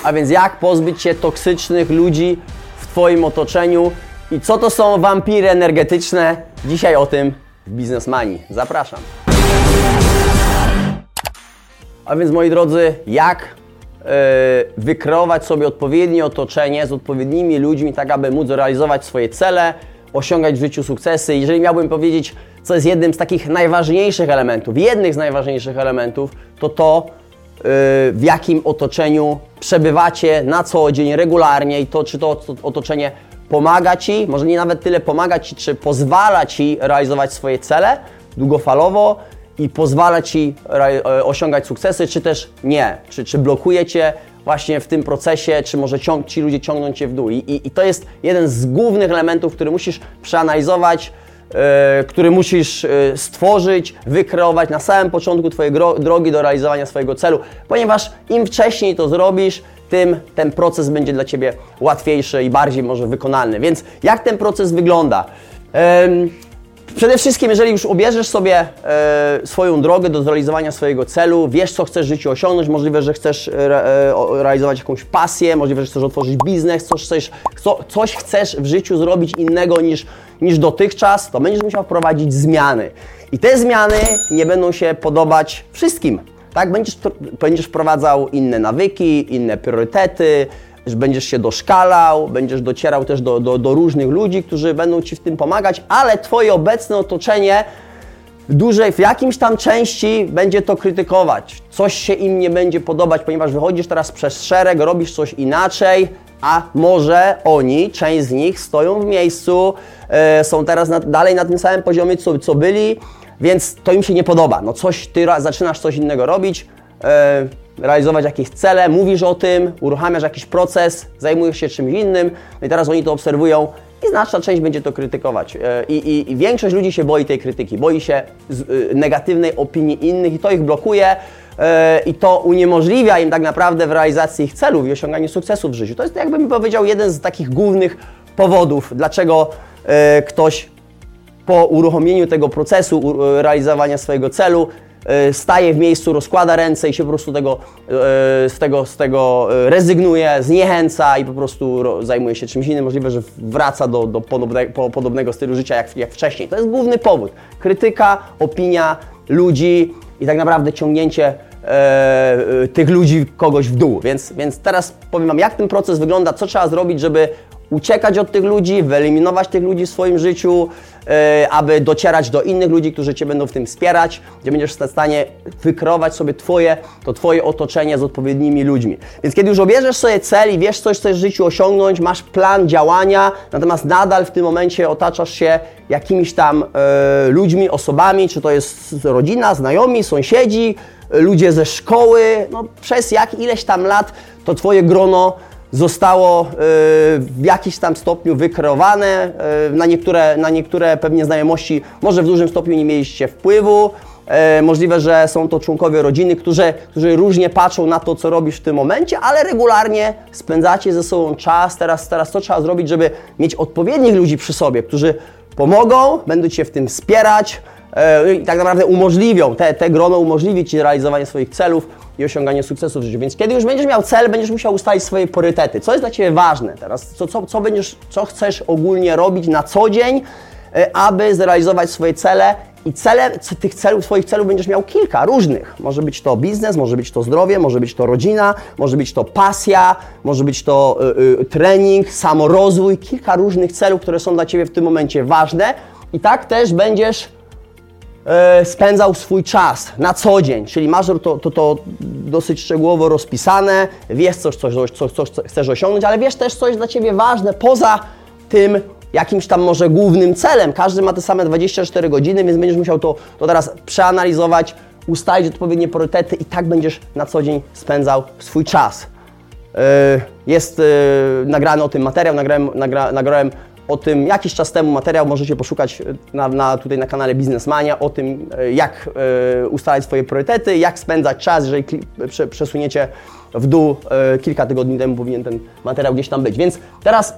A więc jak pozbyć się toksycznych ludzi w Twoim otoczeniu i co to są wampiry energetyczne? Dzisiaj o tym w Business Money. Zapraszam. A więc moi drodzy, jak wykreować sobie odpowiednie otoczenie z odpowiednimi ludźmi, tak aby móc realizować swoje cele, osiągać w życiu sukcesy. Jeżeli miałbym powiedzieć, co jest jednym z takich najważniejszych elementów, jednych z najważniejszych elementów, to w jakim otoczeniu przebywacie na co dzień, regularnie i to, czy to otoczenie pomaga Ci, może nie nawet tyle pomaga Ci, czy pozwala Ci realizować swoje cele długofalowo i pozwala Ci osiągać sukcesy, czy też nie, czy blokuje Cię właśnie w tym procesie, czy może ci ludzie ciągną Cię w dół. I to jest jeden z głównych elementów, który musisz przeanalizować, który musisz stworzyć, wykreować na samym początku Twojej drogi do realizowania swojego celu, ponieważ im wcześniej to zrobisz, tym ten proces będzie dla Ciebie łatwiejszy i bardziej może wykonalny. Więc jak ten proces wygląda? Przede wszystkim, jeżeli już ubierzesz sobie swoją drogę do zrealizowania swojego celu, wiesz, co chcesz w życiu osiągnąć, możliwe, że chcesz realizować jakąś pasję, możliwe, że chcesz otworzyć biznes, coś chcesz w życiu zrobić innego niż dotychczas, to będziesz musiał wprowadzić zmiany. I te zmiany nie będą się podobać wszystkim. Tak? Będziesz wprowadzał inne nawyki, inne priorytety, będziesz się doszkalał, będziesz docierał też do różnych ludzi, którzy będą Ci w tym pomagać, ale Twoje obecne otoczenie w jakimś tam części będzie to krytykować. Coś się im nie będzie podobać, ponieważ wychodzisz teraz przez szereg, robisz coś inaczej, a może oni, część z nich stoją w miejscu, są teraz dalej na tym samym poziomie, co byli, więc to im się nie podoba. No ty zaczynasz coś innego robić, realizować jakieś cele, mówisz o tym, uruchamiasz jakiś proces, zajmujesz się czymś innym, no i teraz oni to obserwują i znaczna część będzie to krytykować. I większość ludzi się boi tej krytyki, boi się negatywnej opinii innych i to ich blokuje i to uniemożliwia im tak naprawdę w realizacji ich celów i osiąganiu sukcesu w życiu. To jest, jakbym powiedział, jeden z takich głównych powodów, dlaczego ktoś po uruchomieniu tego procesu realizowania swojego celu staje w miejscu, rozkłada ręce i się po prostu z tego rezygnuje, zniechęca i po prostu zajmuje się czymś innym. Możliwe, że wraca do podobnego stylu życia jak wcześniej. To jest główny powód. Krytyka, opinia ludzi i tak naprawdę ciągnięcie tych ludzi kogoś w dół. Więc teraz powiem Wam, jak ten proces wygląda, co trzeba zrobić, żeby uciekać od tych ludzi, wyeliminować tych ludzi w swoim życiu, aby docierać do innych ludzi, którzy Cię będą w tym wspierać, gdzie będziesz w stanie wykreować sobie Twoje otoczenie z odpowiednimi ludźmi. Więc kiedy już obierzesz sobie cel i wiesz, co chcesz w życiu osiągnąć, masz plan działania, natomiast nadal w tym momencie otaczasz się jakimiś tam ludźmi, osobami, czy to jest rodzina, znajomi, sąsiedzi, ludzie ze szkoły, no przez ileś tam lat to Twoje grono zostało w jakiś tam stopniu wykreowane, na niektóre pewnie znajomości może w dużym stopniu nie mieliście wpływu, możliwe, że są to członkowie rodziny, którzy różnie patrzą na to, co robisz w tym momencie, ale regularnie spędzacie ze sobą czas. Teraz co trzeba zrobić, żeby mieć odpowiednich ludzi przy sobie, którzy pomogą, będą Cię w tym wspierać i tak naprawdę umożliwią, te grono umożliwi Ci realizowanie swoich celów i osiąganie sukcesu w życiu. Więc kiedy już będziesz miał cel, będziesz musiał ustalić swoje priorytety. Co jest dla Ciebie ważne teraz? Co chcesz ogólnie robić na co dzień, aby zrealizować swoje cele i Twoich celów będziesz miał kilka różnych. Może być to biznes, może być to zdrowie, może być to rodzina, może być to pasja, może być to trening, samorozwój, kilka różnych celów, które są dla Ciebie w tym momencie ważne i tak też będziesz spędzał swój czas na co dzień, czyli masz to dosyć szczegółowo rozpisane, wiesz co chcesz osiągnąć, ale wiesz też, co jest dla Ciebie ważne poza tym jakimś tam może głównym celem. Każdy ma te same 24 godziny, więc będziesz musiał to teraz przeanalizować, ustalić odpowiednie priorytety i tak będziesz na co dzień spędzał swój czas. Jest nagrany o tym materiał, nagrałem o tym jakiś czas temu materiał, możecie poszukać tutaj na kanale Business Mania o tym, jak ustalać swoje priorytety, jak spędzać czas, jeżeli przesuniecie w dół. Kilka tygodni temu powinien ten materiał gdzieś tam być. Więc teraz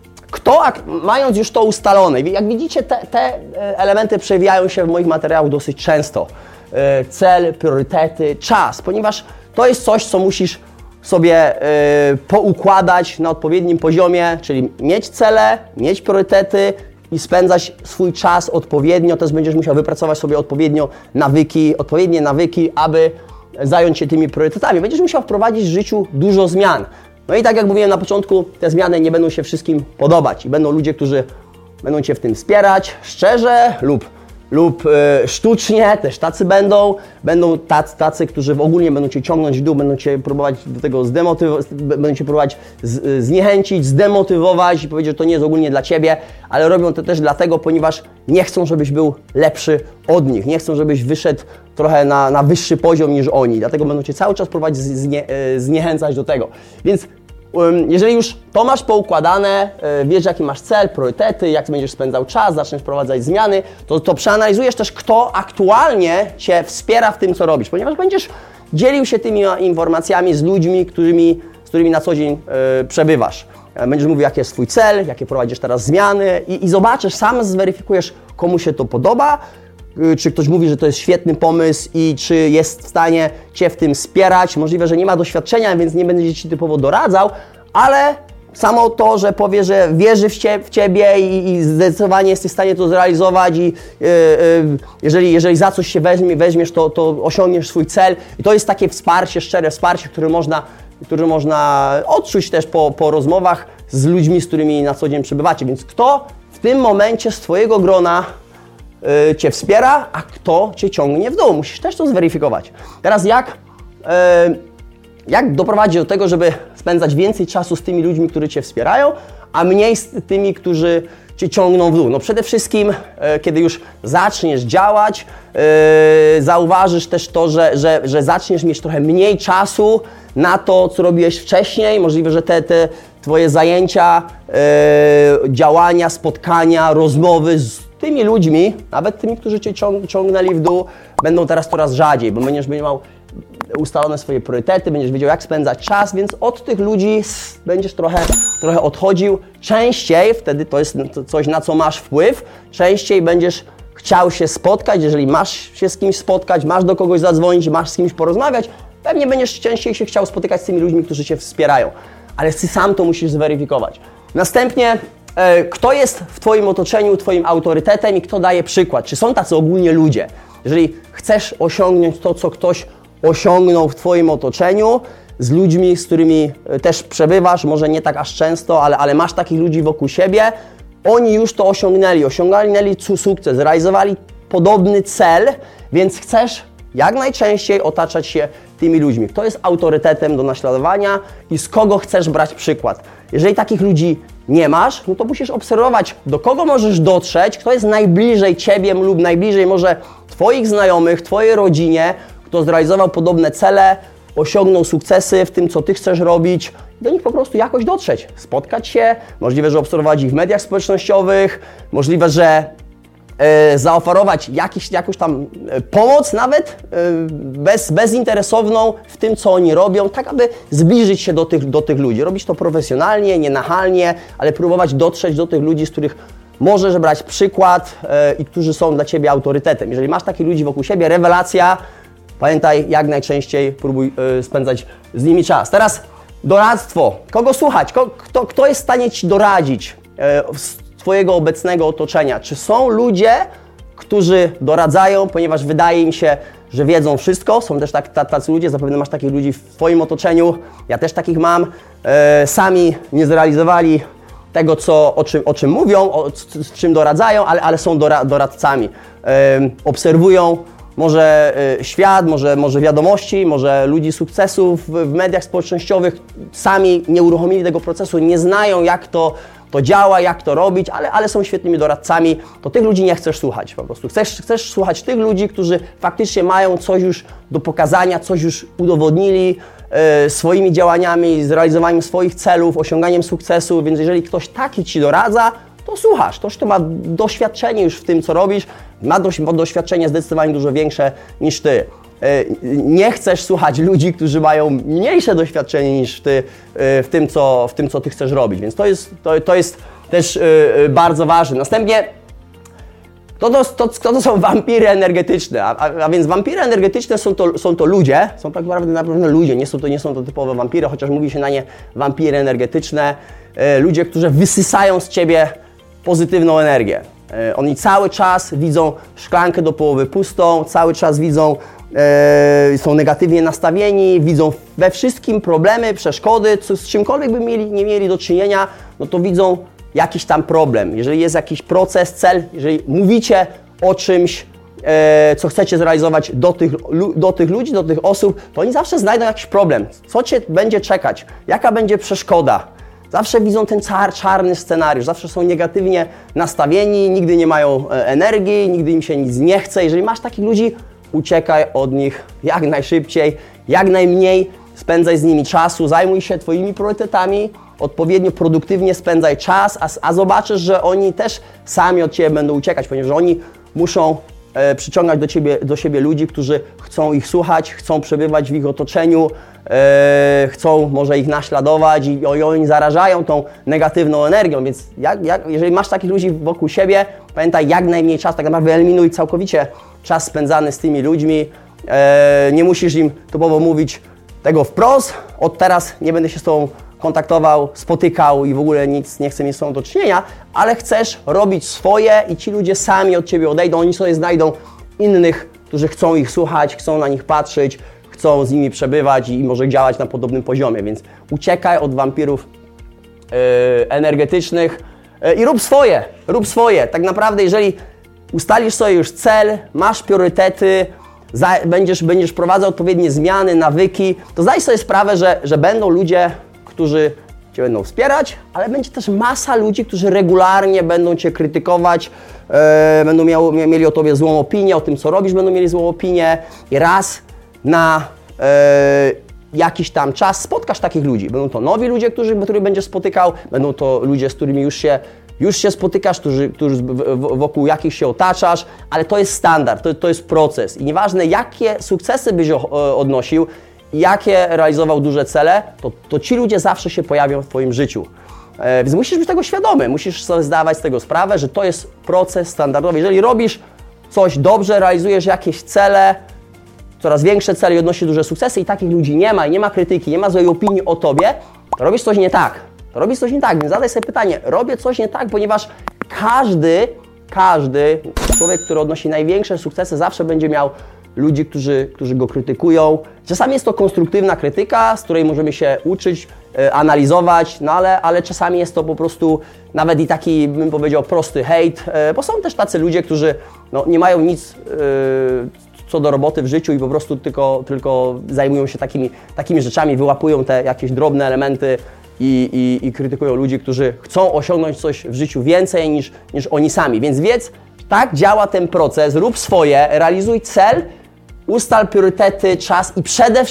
mając już to ustalone, jak widzicie, te elementy przewijają się w moich materiałach dosyć często. Cel, priorytety, czas, ponieważ to jest coś, co musisz sobie poukładać na odpowiednim poziomie, czyli mieć cele, mieć priorytety i spędzać swój czas odpowiednio. Też będziesz musiał wypracować sobie odpowiednie nawyki, aby zająć się tymi priorytetami. Będziesz musiał wprowadzić w życiu dużo zmian. No i tak jak mówiłem na początku, te zmiany nie będą się wszystkim podobać i będą ludzie, którzy będą Cię w tym wspierać szczerze lub sztucznie, też tacy będą tacy, którzy ogólnie będą Cię ciągnąć w dół, będą Cię próbować do tego będą Cię próbować zniechęcić, zdemotywować i powiedzieć, że to nie jest ogólnie dla Ciebie, ale robią to też dlatego, ponieważ nie chcą, żebyś był lepszy od nich, nie chcą, żebyś wyszedł trochę na wyższy poziom niż oni, dlatego będą Cię cały czas próbować zniechęcać do tego. Więc jeżeli już to masz poukładane, wiesz jaki masz cel, priorytety, jak będziesz spędzał czas, zaczniesz wprowadzać zmiany, to przeanalizujesz też, kto aktualnie Cię wspiera w tym, co robisz, ponieważ będziesz dzielił się tymi informacjami z ludźmi, z którymi na co dzień przebywasz. Będziesz mówił, jaki jest Twój cel, jakie prowadzisz teraz zmiany i zobaczysz, sam zweryfikujesz, komu się to podoba, czy ktoś mówi, że to jest świetny pomysł i czy jest w stanie Cię w tym wspierać. Możliwe, że nie ma doświadczenia, więc nie będzie Ci typowo doradzał, ale samo to, że powie, że wierzy w Ciebie i zdecydowanie jesteś w stanie to zrealizować i jeżeli za coś się weźmiesz, to osiągniesz swój cel. I to jest takie wsparcie, szczere wsparcie, które można odczuć też po rozmowach z ludźmi, z którymi na co dzień przebywacie. Więc kto w tym momencie z Twojego grona Cię wspiera, a kto Cię ciągnie w dół. Musisz też to zweryfikować. Teraz jak doprowadzić do tego, żeby spędzać więcej czasu z tymi ludźmi, którzy Cię wspierają, a mniej z tymi, którzy Cię ciągną w dół? No przede wszystkim, kiedy już zaczniesz działać, zauważysz też to, że zaczniesz mieć trochę mniej czasu na to, co robiłeś wcześniej. Możliwe, że te Twoje zajęcia, działania, spotkania, rozmowy z tymi ludźmi, nawet tymi, którzy Cię ciągnęli w dół, będą teraz coraz rzadziej, bo będziesz miał ustalone swoje priorytety, będziesz wiedział, jak spędzać czas, więc od tych ludzi będziesz trochę odchodził. Częściej, wtedy to jest coś, na co masz wpływ, częściej będziesz chciał się spotkać, jeżeli masz się z kimś spotkać, masz do kogoś zadzwonić, masz z kimś porozmawiać, pewnie będziesz częściej się chciał spotykać z tymi ludźmi, którzy Cię wspierają, ale Ty sam to musisz zweryfikować. Następnie, kto jest w Twoim otoczeniu Twoim autorytetem i kto daje przykład? Czy są tacy ogólnie ludzie? Jeżeli chcesz osiągnąć to, co ktoś osiągnął w Twoim otoczeniu, z ludźmi, z którymi też przebywasz, może nie tak aż często, ale masz takich ludzi wokół siebie, oni już to osiągnęli sukces, zrealizowali podobny cel, więc chcesz jak najczęściej otaczać się tymi ludźmi. Kto jest autorytetem do naśladowania i z kogo chcesz brać przykład? Jeżeli takich ludzi nie masz, no to musisz obserwować, do kogo możesz dotrzeć, kto jest najbliżej Ciebie lub najbliżej może Twoich znajomych, Twojej rodzinie, kto zrealizował podobne cele, osiągnął sukcesy w tym, co Ty chcesz robić, do nich po prostu jakoś dotrzeć, spotkać się, możliwe, że obserwować ich w mediach społecznościowych, możliwe, że zaoferować jakąś tam pomoc nawet bezinteresowną w tym, co oni robią, tak aby zbliżyć się do tych ludzi. Robić to profesjonalnie, nie nachalnie, ale próbować dotrzeć do tych ludzi, z których możesz brać przykład i którzy są dla Ciebie autorytetem. Jeżeli masz takich ludzi wokół siebie, rewelacja, pamiętaj, jak najczęściej próbuj spędzać z nimi czas. Teraz doradztwo. Kogo słuchać? Kto jest w stanie Ci doradzić Twojego obecnego otoczenia? Czy są ludzie, którzy doradzają, ponieważ wydaje im się, że wiedzą wszystko? Są też tacy ludzie, zapewne masz takich ludzi w Twoim otoczeniu, ja też takich mam. Sami nie zrealizowali tego, o czym mówią, z czym doradzają, ale są doradcami. Obserwują może świat, może wiadomości, może ludzi sukcesu w mediach społecznościowych, sami nie uruchomili tego procesu, nie znają, jak to działa, jak to robić, ale są świetnymi doradcami, to tych ludzi nie chcesz słuchać po prostu. Chcesz słuchać tych ludzi, którzy faktycznie mają coś już do pokazania, coś już udowodnili swoimi działaniami, zrealizowaniem swoich celów, osiąganiem sukcesu, więc jeżeli ktoś taki Ci doradza, to słuchasz. Ktoś, kto ma doświadczenie już w tym, co robisz, ma doświadczenie zdecydowanie dużo większe niż Ty. Nie chcesz słuchać ludzi, którzy mają mniejsze doświadczenie niż Ty w tym, co Ty chcesz robić, więc to jest też bardzo ważne. Następnie To są wampiry energetyczne, a więc wampiry energetyczne są to ludzie, są tak naprawdę ludzie, nie są to typowe wampiry, chociaż mówi się na nie wampiry energetyczne, ludzie, którzy wysysają z ciebie pozytywną energię. Oni cały czas widzą szklankę do połowy pustą, cały czas widzą, są negatywnie nastawieni, widzą we wszystkim problemy, przeszkody, z czymkolwiek by nie mieli do czynienia, no to widzą jakiś tam problem. Jeżeli jest jakiś proces, cel, jeżeli mówicie o czymś, co chcecie zrealizować do tych ludzi, do tych osób, to oni zawsze znajdą jakiś problem. Co cię będzie czekać? Jaka będzie przeszkoda? Zawsze widzą ten czarny scenariusz, zawsze są negatywnie nastawieni, nigdy nie mają energii, nigdy im się nic nie chce. Jeżeli masz takich ludzi, uciekaj od nich jak najszybciej, jak najmniej, spędzaj z nimi czasu, zajmuj się twoimi priorytetami, odpowiednio produktywnie spędzaj czas, a zobaczysz, że oni też sami od ciebie będą uciekać, ponieważ oni muszą przyciągać do siebie ludzi, którzy chcą ich słuchać, chcą przebywać w ich otoczeniu, chcą może ich naśladować i oni zarażają tą negatywną energią, więc jeżeli masz takich ludzi wokół siebie, pamiętaj, jak najmniej czasu, tak naprawdę wyeliminuj całkowicie czas spędzany z tymi ludźmi, nie musisz im typowo mówić tego wprost, od teraz nie będę się z tobą kontaktował, spotykał i w ogóle nic nie chcę mieć z tobą do czynienia, ale chcesz robić swoje i ci ludzie sami od ciebie odejdą, oni sobie znajdą innych, którzy chcą ich słuchać, chcą na nich patrzeć, chcą z nimi przebywać i może działać na podobnym poziomie, więc uciekaj od wampirów energetycznych i rób swoje. Tak naprawdę, jeżeli ustalisz sobie już cel, masz priorytety, będziesz wprowadzał odpowiednie zmiany, nawyki, to zdaj sobie sprawę, że będą ludzie, którzy cię będą wspierać, ale będzie też masa ludzi, którzy regularnie będą cię krytykować, będą mieli o tobie złą opinię, o tym, co robisz, będą mieli złą opinię i raz na jakiś tam czas spotkasz takich ludzi. Będą to nowi ludzie, których będziesz spotykał, będą to ludzie, z którymi już się spotykasz, wokół jakich się otaczasz, ale to jest standard, to jest proces i nieważne, jakie sukcesy byś odnosił, jakie realizował duże cele, to ci ludzie zawsze się pojawią w twoim życiu. Więc musisz być tego świadomy, musisz sobie zdawać z tego sprawę, że to jest proces standardowy. Jeżeli robisz coś dobrze, realizujesz jakieś cele, coraz większe cele i odnosisz duże sukcesy i takich ludzi nie ma i nie ma krytyki, nie ma złej opinii o tobie, to robisz coś nie tak. Więc zadaj sobie pytanie, robię coś nie tak, ponieważ każdy człowiek, który odnosi największe sukcesy, zawsze będzie miał ludzi, którzy go krytykują. Czasami jest to konstruktywna krytyka, z której możemy się uczyć, analizować, no ale czasami jest to po prostu nawet i taki, bym powiedział, prosty hejt, bo są też tacy ludzie, którzy nie mają nic co do roboty w życiu i po prostu tylko zajmują się takimi rzeczami, wyłapują te jakieś drobne elementy i krytykują ludzi, którzy chcą osiągnąć coś w życiu więcej niż oni sami. Więc wiedz, tak działa ten proces, rób swoje, realizuj cel, ustal priorytety, czas i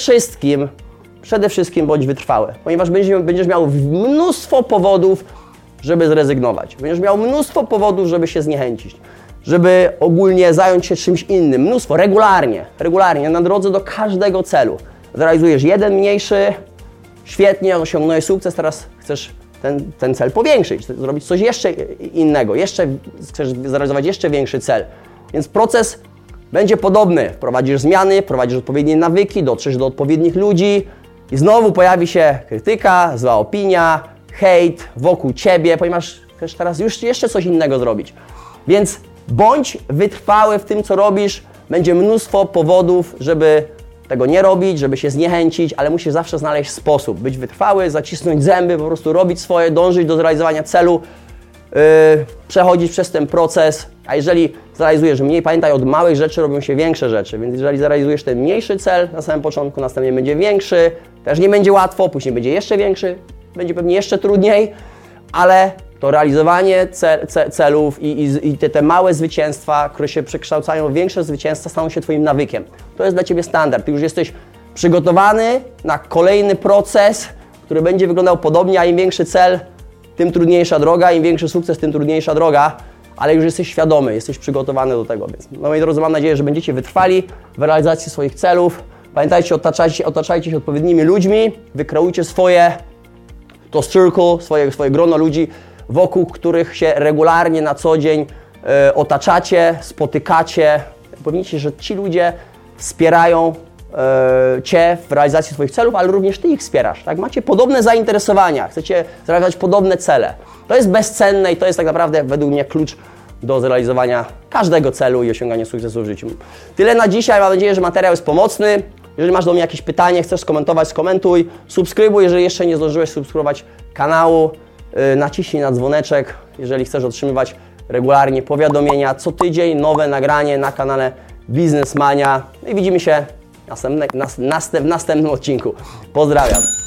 przede wszystkim bądź wytrwały, ponieważ będziesz miał mnóstwo powodów, żeby zrezygnować. Będziesz miał mnóstwo powodów, żeby się zniechęcić, żeby ogólnie zająć się czymś innym. Mnóstwo, regularnie, na drodze do każdego celu. Zrealizujesz jeden mniejszy, świetnie, osiągnąłeś sukces, teraz chcesz ten cel powiększyć, zrobić coś jeszcze innego, chcesz zrealizować jeszcze większy cel. Więc proces będzie podobny. Wprowadzisz zmiany, wprowadzisz odpowiednie nawyki, dotrzesz do odpowiednich ludzi i znowu pojawi się krytyka, zła opinia, hejt wokół ciebie, ponieważ chcesz teraz już jeszcze coś innego zrobić. Więc bądź wytrwały w tym, co robisz. Będzie mnóstwo powodów, żeby tego nie robić, żeby się zniechęcić, ale musisz zawsze znaleźć sposób. Być wytrwały, zacisnąć zęby, po prostu robić swoje, dążyć do zrealizowania celu, przechodzić przez ten proces. A jeżeli zrealizujesz mniej, pamiętaj, od małych rzeczy robią się większe rzeczy, więc jeżeli zrealizujesz ten mniejszy cel na samym początku, następnie będzie większy, też nie będzie łatwo, później będzie jeszcze większy, będzie pewnie jeszcze trudniej, ale to realizowanie celów i te małe zwycięstwa, które się przekształcają w większe zwycięstwa, staną się twoim nawykiem. To jest dla ciebie standard. Ty już jesteś przygotowany na kolejny proces, który będzie wyglądał podobnie, a im większy cel, tym trudniejsza droga, im większy sukces, tym trudniejsza droga, ale już jesteś świadomy, jesteś przygotowany do tego. Więc moi drodzy, mam nadzieję, że będziecie wytrwali w realizacji swoich celów. Pamiętajcie, otaczajcie się odpowiednimi ludźmi, wykreujcie swoje circle, swoje grono ludzi, wokół których się regularnie na co dzień otaczacie, spotykacie. Powinniście, że ci ludzie wspierają Cię w realizacji swoich celów, ale również Ty ich wspierasz. Tak? Macie podobne zainteresowania, chcecie zrealizować podobne cele. To jest bezcenne i to jest tak naprawdę według mnie klucz do zrealizowania każdego celu i osiągania sukcesu w życiu. Tyle na dzisiaj. Mam nadzieję, że materiał jest pomocny. Jeżeli masz do mnie jakieś pytanie, chcesz skomentować, skomentuj. Subskrybuj, jeżeli jeszcze nie zdążyłeś subskrybować kanału. Naciśnij na dzwoneczek, jeżeli chcesz otrzymywać regularnie powiadomienia. Co tydzień nowe nagranie na kanale Biznesmania. No i widzimy się w następnym odcinku. Pozdrawiam.